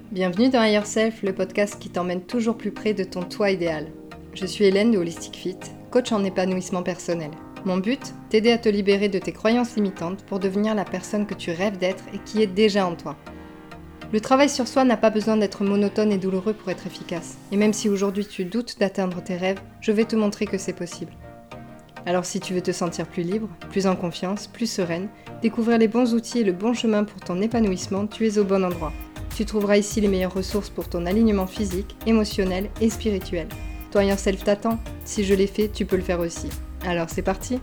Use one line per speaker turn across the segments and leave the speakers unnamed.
Bienvenue dans Higher Self, le podcast qui t'emmène toujours plus près de ton toi idéal. Je suis Hélène de Holistic Fit, coach en épanouissement personnel. Mon but, t'aider à te libérer de tes croyances limitantes pour devenir la personne que tu rêves d'être et qui est déjà en toi. Le travail sur soi n'a pas besoin d'être monotone et douloureux pour être efficace. Et même si aujourd'hui tu doutes d'atteindre tes rêves, je vais te montrer que c'est possible. Alors si tu veux te sentir plus libre, plus en confiance, plus sereine, découvrir les bons outils et le bon chemin pour ton épanouissement, tu es au bon endroit. Tu trouveras ici les meilleures ressources pour ton alignement physique, émotionnel et spirituel. Toi Yourself t'attend. Si je l'ai fait, tu peux le faire aussi. Alors c'est parti!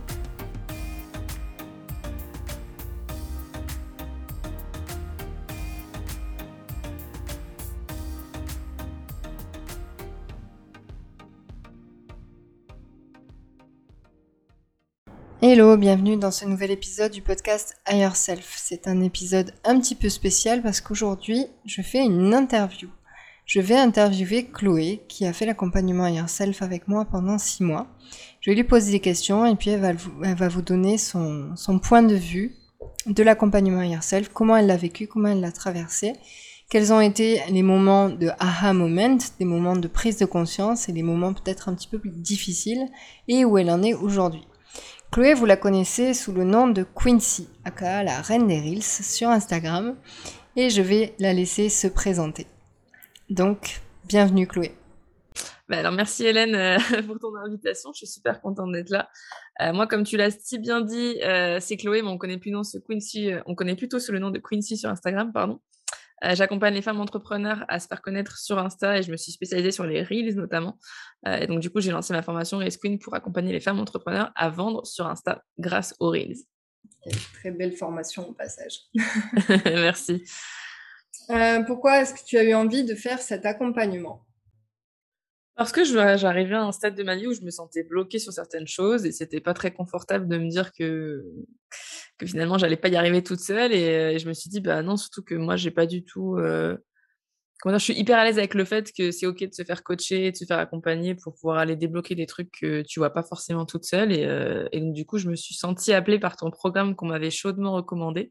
Hello, bienvenue dans ce nouvel épisode du podcast Higher Self. C'est un épisode un petit peu spécial parce qu'aujourd'hui, je fais une interview. Je vais interviewer Chloé qui a fait l'accompagnement Higher Self avec moi pendant 6 mois. Je vais lui poser des questions et puis elle va vous donner son point de vue de l'accompagnement Higher Self, comment elle l'a vécu, comment elle l'a traversé, quels ont été les moments de aha moment, des moments de prise de conscience et les moments peut-être un petit peu plus difficiles et où elle en est aujourd'hui. Chloé, vous la connaissez sous le nom de Quincy, aka la reine des Reels sur Instagram, et je vais la laisser se présenter. Donc, bienvenue Chloé.
Alors merci Hélène pour ton invitation, je suis super contente d'être là. Moi, comme tu l'as si bien dit, c'est Chloé, mais on connaît plutôt sous le nom de Quincy sur Instagram, pardon. J'accompagne les femmes entrepreneurs à se faire connaître sur Insta et je me suis spécialisée sur les Reels notamment. Et donc du coup, j'ai lancé ma formation Race Queen pour accompagner les femmes entrepreneurs à vendre sur Insta grâce aux Reels.
Très belle formation au passage.
Merci.
Pourquoi est-ce que tu as eu envie de faire cet accompagnement ?
Parce que j'arrivais à un stade de ma vie où je me sentais bloquée sur certaines choses et c'était pas très confortable de me dire que finalement j'allais pas y arriver toute seule et je me suis dit bah non, surtout que moi j'ai pas du tout comment dire, je suis hyper à l'aise avec le fait que c'est OK de se faire coacher, de se faire accompagner pour pouvoir aller débloquer des trucs que tu vois pas forcément toute seule et donc du coup, je me suis sentie appelée par ton programme qu'on m'avait chaudement recommandé.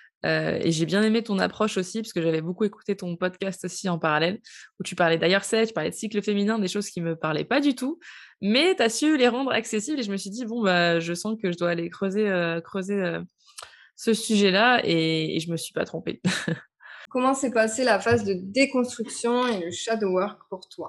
Et j'ai bien aimé ton approche aussi parce que j'avais beaucoup écouté ton podcast aussi en parallèle où tu parlais d'ailleurs tu parlais de cycle féminin, des choses qui me parlaient pas du tout, mais tu as su les rendre accessibles et je me suis dit: «Bon, bah, je sens que je dois aller creuser ce sujet-là» et je me suis pas trompée.
Comment s'est passée la phase de déconstruction et le shadow work pour toi ?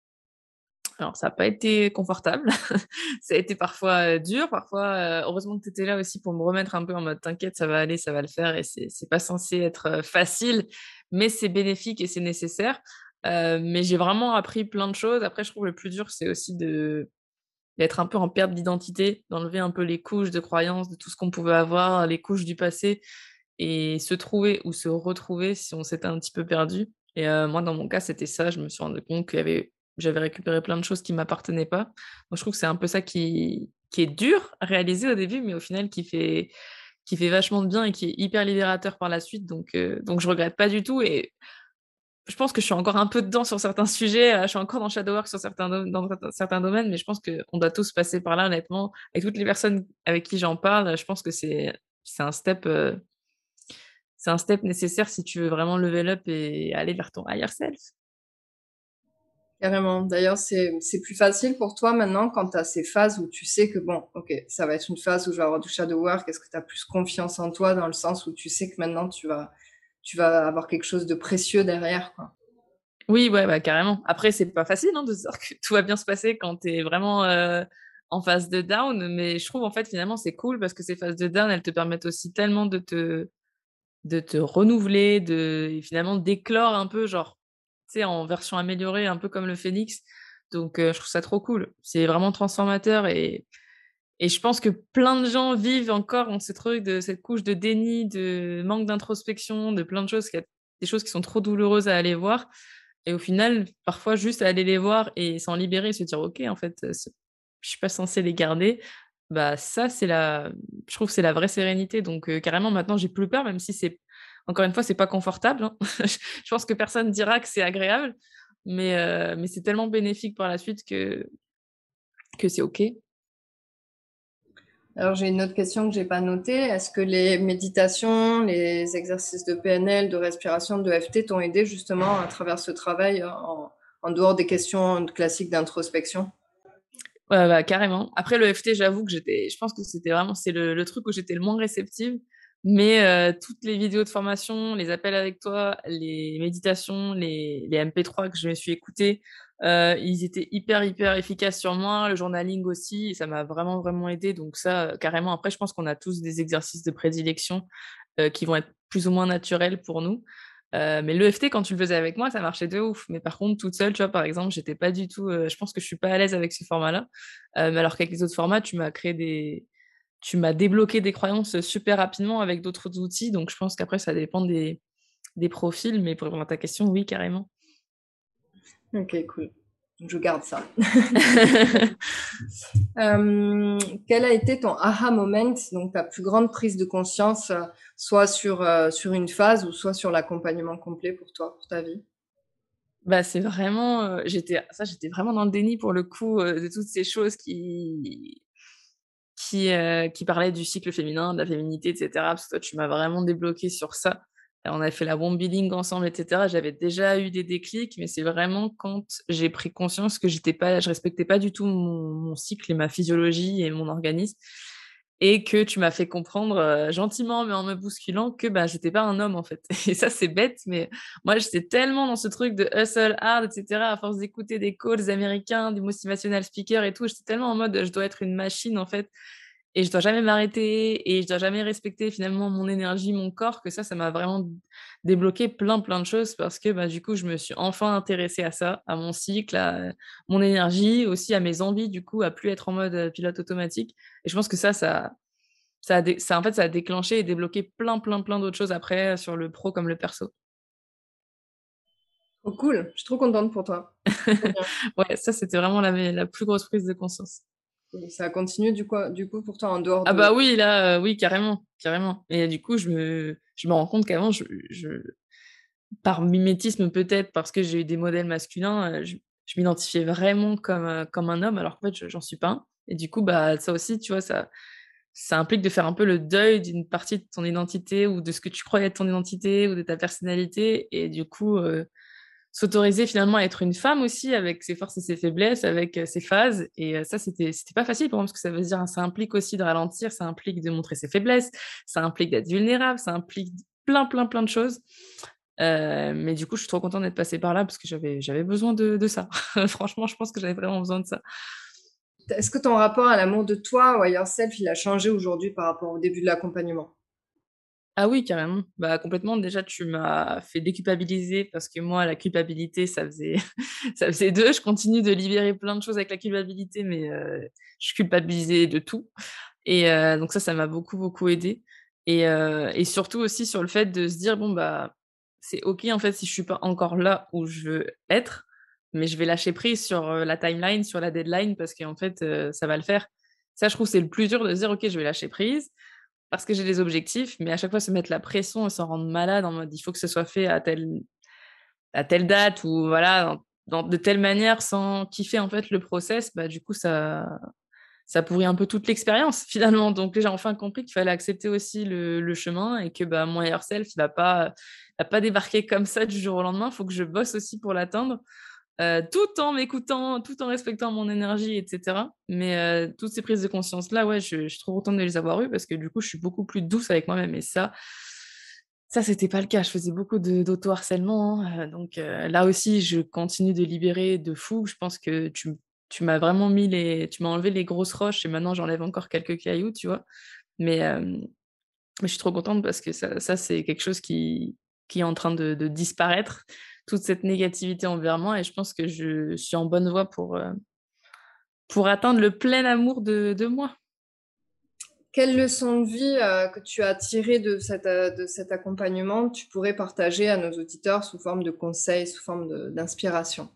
Alors ça a pas été confortable, ça a été parfois, dur, parfois, heureusement que tu étais là aussi pour me remettre un peu en mode: «T'inquiète, ça va aller, ça va le faire» et c'est pas censé être, facile, mais c'est bénéfique et c'est nécessaire. Mais j'ai vraiment appris plein de choses. Après je trouve le plus dur, c'est aussi d'être un peu en perte d'identité, d'enlever un peu les couches de croyances, de tout ce qu'on pouvait avoir, les couches du passé et se trouver ou se retrouver si on s'était un petit peu perdu et moi dans mon cas, c'était ça. Je me suis rendu compte j'avais récupéré plein de choses qui m'appartenaient pas. Donc je trouve que c'est un peu ça qui est dur à réaliser au début, mais au final qui fait vachement de bien et qui est hyper libérateur par la suite. Donc je regrette pas du tout et je pense que je suis encore un peu dedans sur certains sujets, je suis encore dans shadow work sur dans certains domaines, mais je pense qu'on doit tous passer par là honnêtement. Avec toutes les personnes avec qui j'en parle, je pense que c'est un step, c'est un step nécessaire si tu veux vraiment level up et aller vers ton higher self.
Carrément. D'ailleurs, c'est plus facile pour toi maintenant quand tu as ces phases où tu sais que bon, OK, ça va être une phase où je vais avoir du shadow work. Est-ce que tu as plus confiance en toi dans le sens où tu sais que maintenant tu vas avoir quelque chose de précieux derrière, quoi?
Oui, ouais, bah, carrément. Après, c'est pas facile, hein, de se dire que tout va bien se passer quand tu es vraiment, en phase de down, mais je trouve, en fait, finalement, c'est cool parce que ces phases de down, elles te permettent aussi tellement de te renouveler, et finalement d'éclore un peu, genre, tu sais, en version améliorée, un peu comme le phénix. Donc je trouve ça trop cool. C'est vraiment transformateur et je pense que plein de gens vivent encore dans ce truc de cette couche de déni, de manque d'introspection, de plein de choses, des choses qui sont trop douloureuses à aller voir et au final, parfois juste aller les voir et s'en libérer et se dire: «OK, en fait, je suis pas censée les garder». Bah, ça, je trouve que c'est la vraie sérénité donc carrément maintenant j'ai plus peur même si c'est encore une fois, c'est pas confortable, hein. Je pense que personne dira que c'est agréable, mais c'est tellement bénéfique par la suite que c'est OK.
Alors j'ai une autre question que j'ai pas notée. Est-ce que les méditations, les exercices de PNL, de respiration, de FT t'ont aidé justement à travers ce travail en dehors des questions classiques d'introspection?
Ouais, bah, carrément. Après, le FT, j'avoue que je pense que c'est le truc où j'étais le moins réceptive. Mais toutes les vidéos de formation, les appels avec toi, les méditations, les MP3 que je me suis écoutés, ils étaient hyper, hyper efficaces sur moi. Le journaling aussi, ça m'a vraiment, vraiment aidé. Donc ça, carrément. Après, je pense qu'on a tous des exercices de prédilection qui vont être plus ou moins naturels pour nous. Mais l'EFT, quand tu le faisais avec moi, ça marchait de ouf. Mais par contre, toute seule, tu vois, par exemple, j'étais pas du tout. Je pense que je suis pas à l'aise avec ce format-là. Mais alors qu'avec les autres formats, tu m'as débloqué des croyances super rapidement avec d'autres outils. Donc, je pense qu'après, ça dépend des profils. Mais pour répondre à ta question, oui, carrément.
Ok, cool. Je garde ça. Quel a été ton aha moment, donc ta plus grande prise de conscience, soit sur une phase ou soit sur l'accompagnement complet pour toi, pour ta vie?
Bah, c'est vraiment, j'étais vraiment dans le déni pour le coup, de toutes ces choses qui parlaient du cycle féminin, de la féminité et cetera. Parce que toi, tu m'as vraiment débloquée sur ça. On avait fait la Womb Healing ensemble et cetera. J'avais déjà eu des déclics, mais c'est vraiment quand j'ai pris conscience que je respectais pas du tout mon cycle et ma physiologie et mon organisme et que tu m'as fait comprendre, gentiment, mais en me bousculant que, bah, j'étais pas un homme, en fait. Et ça, c'est bête, mais moi, j'étais tellement dans ce truc de hustle hard et cetera, à force d'écouter des calls américains, des motivational speakers et tout, j'étais tellement en mode, je dois être une machine, en fait, et je dois jamais m'arrêter et je dois jamais respecter finalement mon énergie, mon corps, que ça m'a vraiment débloqué plein, plein de choses parce que, bah, du coup, je me suis enfin intéressée à ça, à mon cycle, à mon énergie, aussi à mes envies, du coup, à plus être en mode, pilote automatique et je pense que en fait, ça a déclenché et débloqué plein, plein, plein d'autres choses après, sur le pro comme le perso.
Oh cool, je suis trop contente pour toi. Trop bien.
Ouais, ça, c'était vraiment la plus grosse prise de conscience.
Et ça continue du coup pour toi en dehors
Ah
de...
bah oui, là, oui, carrément, carrément et du coup, je me rends compte qu'avant, je par mimétisme peut-être, parce que j'ai eu des modèles masculins, je m'identifiais vraiment comme un homme alors qu'en fait, j'en suis pas un et du coup, bah, ça aussi, tu vois, ça implique de faire un peu le deuil d'une partie de ton identité ou de ce que tu croyais être ton identité ou de ta personnalité et du coup, s'autoriser finalement à être une femme aussi avec ses forces et ses faiblesses, avec, ses phases et ça c'était pas facile pour moi parce que ça veut dire ça implique aussi de ralentir, ça implique de montrer ses faiblesses, ça implique d'être vulnérable, ça implique plein, plein, plein de choses. Mais du coup, je suis trop contente d'être passée par là parce que j'avais besoin de ça. Franchement, je pense que j'avais vraiment besoin de ça.
Est-ce que ton rapport à l'amour de toi ou à yourself, il a changé aujourd'hui par rapport au début de l'accompagnement?
Ah oui, carrément. Bah, complètement. Déjà, tu m'as fait déculpabiliser parce que moi, la culpabilité, ça faisait ça faisait 2. Je continue de libérer plein de choses avec la culpabilité, mais je culpabilisais de tout et donc ça m'a beaucoup, beaucoup aidée et surtout aussi sur le fait de se dire: «Bon, bah, c'est OK, en fait, si je suis pas encore là où je veux être, mais je vais lâcher prise sur, la timeline, sur la deadline parce qu'en fait, ça va le faire». Ça, je trouve, c'est le plus dur de se dire: «OK, je vais lâcher prise parce que j'ai des objectifs», mais à chaque fois se mettre la pression et s'en rendre malade en mode: «Il faut que ce soit fait à telle date» ou voilà, de telle manière sans kiffer, en fait, le process, bah, du coup, ça pourrit un peu toute l'expérience finalement. Donc là, j'ai enfin compris qu'il fallait accepter aussi le chemin et que, bah, mon higher self, il va pas débarquer comme ça du jour au lendemain. Il faut que je bosse aussi pour l'atteindre, tout en m'écoutant, tout en respectant mon énergie et cetera. Mais toutes ces prises de conscience-là, ouais, je suis trop contente de les avoir eues parce que du coup, je suis beaucoup plus douce avec moi-même et ça, c'était pas le cas. Je faisais beaucoup de d'auto-harcèlement, hein, donc là aussi, je continue de libérer de fou. Je pense que tu m'as vraiment tu m'as enlevé les grosses roches et maintenant j'enlève encore quelques cailloux, tu vois? Mais mais je suis trop contente parce que ça c'est quelque chose qui est en train de disparaître, toute cette négativité envers moi et je pense que je suis en bonne voie pour atteindre le plein amour de moi.
Quelle leçon de vie que tu as tirée de cet accompagnement tu pourrais partager à nos auditeurs sous forme de conseils, sous forme d'inspiration?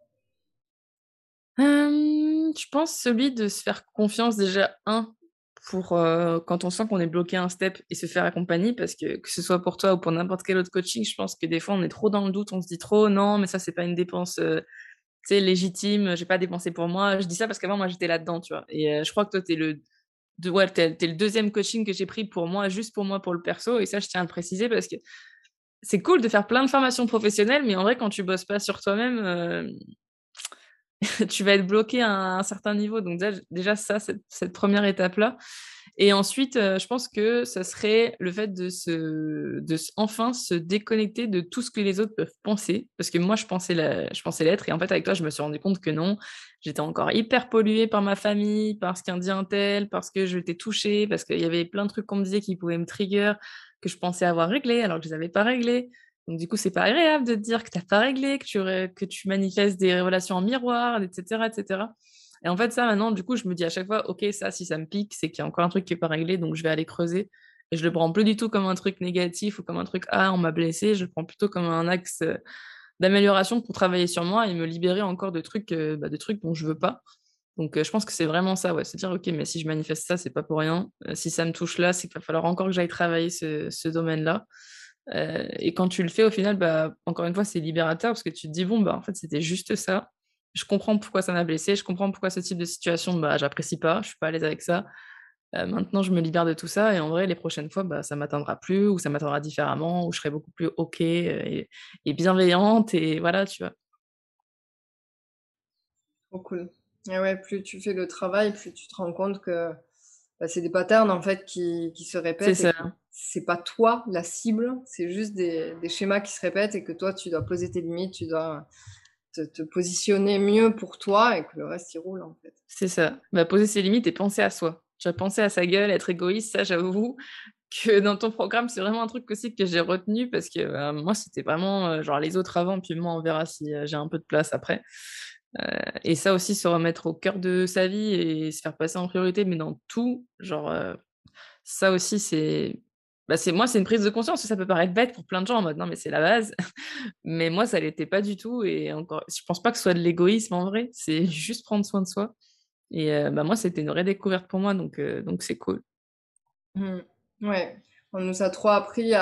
Je pense celui de se faire confiance déjà, pour, quand on sent qu'on est bloqué à un step et se faire accompagner parce que ce soit pour toi ou pour n'importe quel autre coaching, je pense que des fois on est trop dans le doute, on se dit trop: «Non, mais ça c'est pas une dépense, tu sais légitime, j'ai pas dépensé pour moi». Je dis ça parce qu'avant moi j'étais là-dedans, tu vois? Et je crois que toi tu es ouais, tu le deuxième coaching que j'ai pris pour moi, juste pour moi, pour le perso et ça, je tiens à le préciser parce que c'est cool de faire plein de formations professionnelles, mais en vrai, quand tu bosses pas sur toi-même, tu vas être bloqué à un certain niveau. Donc déjà ça, cette 1re étape-là et ensuite, je pense que ça serait le fait enfin se déconnecter de tout ce que les autres peuvent penser. Parce que moi, je pensais l'être et en fait, avec toi, je me suis rendu compte que non. J'étais encore hyper polluée par ma famille, par ce qu'un dit un tel, parce que je j'étais touchée, parce qu'il y avait plein de trucs qu'on me disait qui pouvaient me trigger, que je pensais avoir réglés alors que je les avais pas réglés. Donc du coup, c'est pas agréable de te dire que tu as pas réglé, que tu manifestes des relations en miroir, et cetera, et cetera. Et en fait, ça maintenant, du coup, je me dis à chaque fois: «OK, ça, si ça me pique, c'est qu'il y a encore un truc qui est pas réglé, donc je vais aller creuser» et je le prends plus du tout comme un truc négatif ou comme un truc: «Ah, on m'a blessé», je le prends plutôt comme un axe, d'amélioration pour travailler sur moi et me libérer encore de trucs dont je veux pas. Donc je pense que c'est vraiment ça, ouais, se dire: «OK, mais si je manifeste ça, c'est pas pour rien. Si ça me touche là, c'est qu'il va falloir encore que j'aille travailler ce domaine-là». Et quand tu le fais au final, bah, encore une fois, c'est libérateur parce que tu te dis: «Bon, bah, en fait, c'était juste ça. Je comprends pourquoi ça m'a blessé, je comprends pourquoi ce type de situation, bah, j'apprécie pas, je suis pas à l'aise avec ça. Maintenant, je me libère de tout ça et en vrai, les prochaines fois, bah, ça m'atteindra plus ou ça m'atteindra différemment ou je serai beaucoup plus OK, et bienveillante» et voilà, tu vois?
Trop cool. Et ouais, plus tu fais le travail, plus tu te rends compte que, bah, c'est des patterns en fait qui se
C'est
répètent et
ça.
que c'est pas toi la cible, c'est juste des schémas qui se répètent et que toi tu dois poser tes limites, tu dois te positionner mieux pour toi et que le reste il roule en fait.
C'est ça. Bah, poser ses limites et penser à soi. Tu vois, penser à sa gueule, être égoïste, ça j'avoue que dans ton programme, c'est vraiment un truc aussi que j'ai retenu parce que, moi, c'était vraiment, genre les autres avant, puis moi, on verra si, j'ai un peu de place après. Et ça aussi, se remettre au cœur de sa vie et se faire passer en priorité, mais dans tout, genre, ça aussi, c'est une prise de conscience. Ça peut paraître bête pour plein de gens en mode: «Non, mais c'est la base». Mais moi, ça l'était pas du tout et encore je pense pas que ce soit de l'égoïsme en vrai, c'est juste prendre soin de soi. Et bah, moi, c'était une vraie découverte pour moi, donc c'est cool.
Mmh. Ouais, on nous a trop appris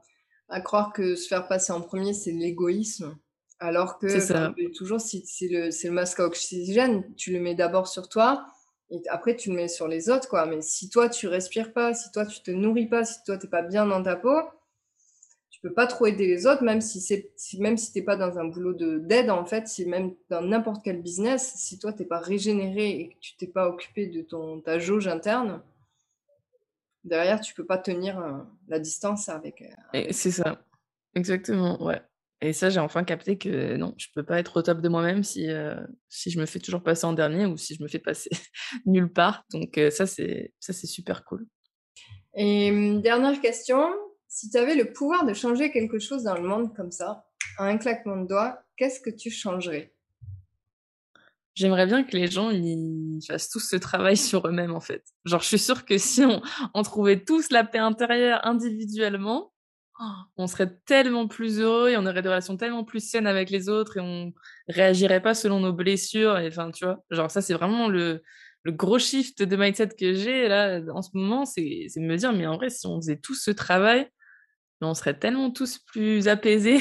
à croire que se faire passer en premier c'est l'égoïsme, alors
C'est
que, comme
ça,
je dis toujours, si c'est le masque à oxygène, tu le mets d'abord sur toi et après tu le mets sur les autres, quoi. Mais si toi tu respires pas, si toi tu te nourris pas, si toi tu pas bien dans ta peau, tu peux pas trop aider les autres, même si tu pas dans un boulot d'aide, en fait, si même dans n'importe quel business, si toi tu pas régénéré et que tu t'es pas occupé de ta jauge interne, derrière, tu peux pas tenir, la distance
et
avec
c'est
les
ça, exactement, ouais. Et ça, j'ai enfin capté que non, je peux pas être au top de moi-même si je me fais toujours passer en dernier ou si je me fais passer nulle part. Donc ça, c'est super cool.
et dernière question, si tu avais le pouvoir de changer quelque chose dans le monde comme ça, à un claquement de doigts, qu'est-ce que tu changerais?
J'aimerais bien que les gens, ils fassent tous ce travail sur eux-mêmes, en fait. Genre, je suis sûre que si on trouvait tous la paix intérieure individuellement, on serait tellement plus heureux et on aurait des relations tellement plus saines avec les autres et on réagirait pas selon nos blessures et enfin, tu vois? Genre ça, c'est vraiment le gros shift de mindset que j'ai là, en ce moment, c'est de me dire: «Mais en vrai, si on faisait tout ce travail, mais on serait tellement tous plus apaisés,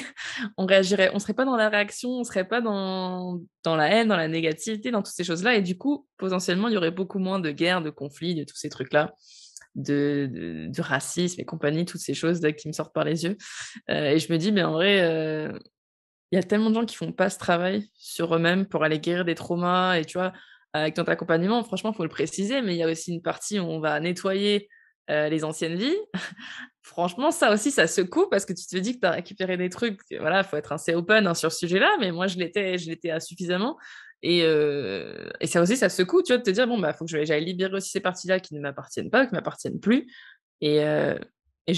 on serait pas dans la réaction, on serait pas dans la haine, dans la négativité, dans toutes ces choses-là et du coup, potentiellement, il y aurait beaucoup moins de guerres, de conflits, de tous ces trucs-là, de racisme et compagnie, toutes ces choses là qui me sortent par les yeux, et je me dis: «Mais en vrai, il y a tellement de gens qui font pas ce travail sur eux-mêmes pour aller guérir des traumas» et tu vois, avec notre accompagnement, franchement, faut le préciser, mais il y a aussi une partie où on va nettoyer, les anciennes vies. Franchement, ça aussi, ça secoue parce que tu te dis que tu as récupéré des trucs, voilà, faut être assez open, hein, sur ce sujet-là, mais moi je l'étais, suffisamment et ça aussi, ça secoue, tu vois, de te dire: «Bon, bah, faut que j'aille libérer aussi ces parties-là qui ne m'appartiennent pas, qui m'appartiennent plus» et heu et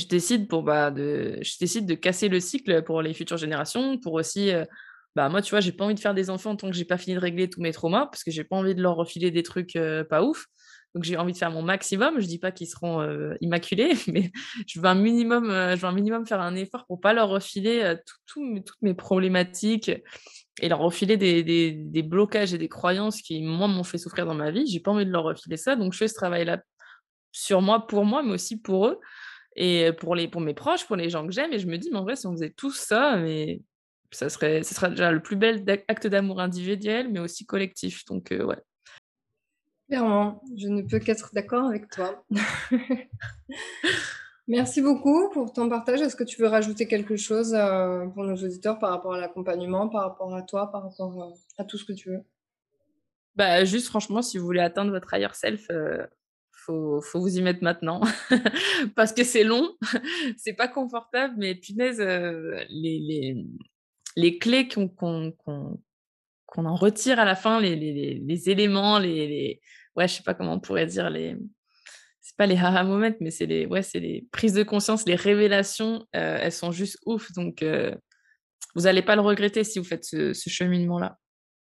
je décide de casser le cycle pour les futures générations, pour aussi, bah, moi, tu vois, j'ai pas envie de faire des enfants tant que j'ai pas fini de régler tous mes traumas parce que j'ai pas envie de leur refiler des trucs, pas ouf. Donc j'ai envie de faire mon maximum. Je dis pas qu'ils seront, immaculés, mais je veux un minimum faire un effort pour pas leur refiler, toutes mes problématiques et leur refiler des blocages et des croyances qui, moi, m'ont fait souffrir dans ma vie. J'ai pas envie de leur refiler ça, donc je fais ce travail-là sur moi, mais aussi pour eux et pour mes proches, pour les gens que j'aime et je me dis: «Mais en vrai, si on faisait tout ça, mais ça serait déjà le plus bel acte d'amour individuel, mais aussi collectif», donc ouais.
Clairement, je ne peux qu'être d'accord avec toi. Merci beaucoup pour ton partage. Est-ce que tu veux rajouter quelque chose pour nos auditeurs par rapport à l'accompagnement, par rapport à toi, par rapport à tout ce que tu veux?
Bah, juste franchement, si vous voulez atteindre votre higher self, faut vous y mettre maintenant parce que c'est long, c'est pas confortable, mais punaise, les clés qu'on en retire à la fin, les éléments, les ouais, je sais pas comment on pourrait dire, c'est pas les aha moments, mais c'est les prises de conscience, les révélations, elles sont juste ouf, donc vous allez pas le regretter si vous faites ce cheminement-là.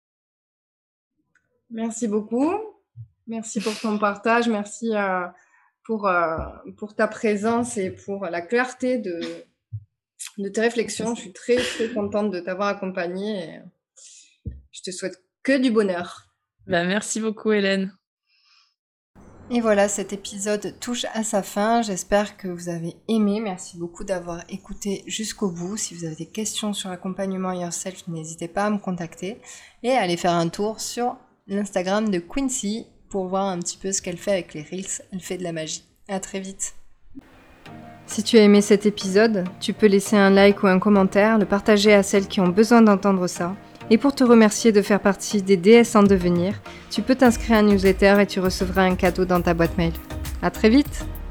Merci beaucoup. Merci pour ton partage. Merci pour ta présence et pour la clarté de tes réflexions. Je suis très, très contente de t'avoir accompagnée et je te souhaite que du bonheur.
Bah, merci beaucoup Hélène.
Et voilà, cet épisode touche à sa fin. J'espère que vous avez aimé. Merci beaucoup d'avoir écouté jusqu'au bout. Si vous avez des questions sur l'accompagnement Yourself, n'hésitez pas à me contacter et à aller faire un tour sur l'Instagram de Quincy pour voir un petit peu ce qu'elle fait avec les Reels. Elle fait de la magie. À très vite. Si tu as aimé cet épisode, tu peux laisser un like ou un commentaire, le partager à celles qui ont besoin d'entendre ça. Et pour te remercier de faire partie des DS en devenir, tu peux t'inscrire à un newsletter et tu recevras un cadeau dans ta boîte mail. À très vite!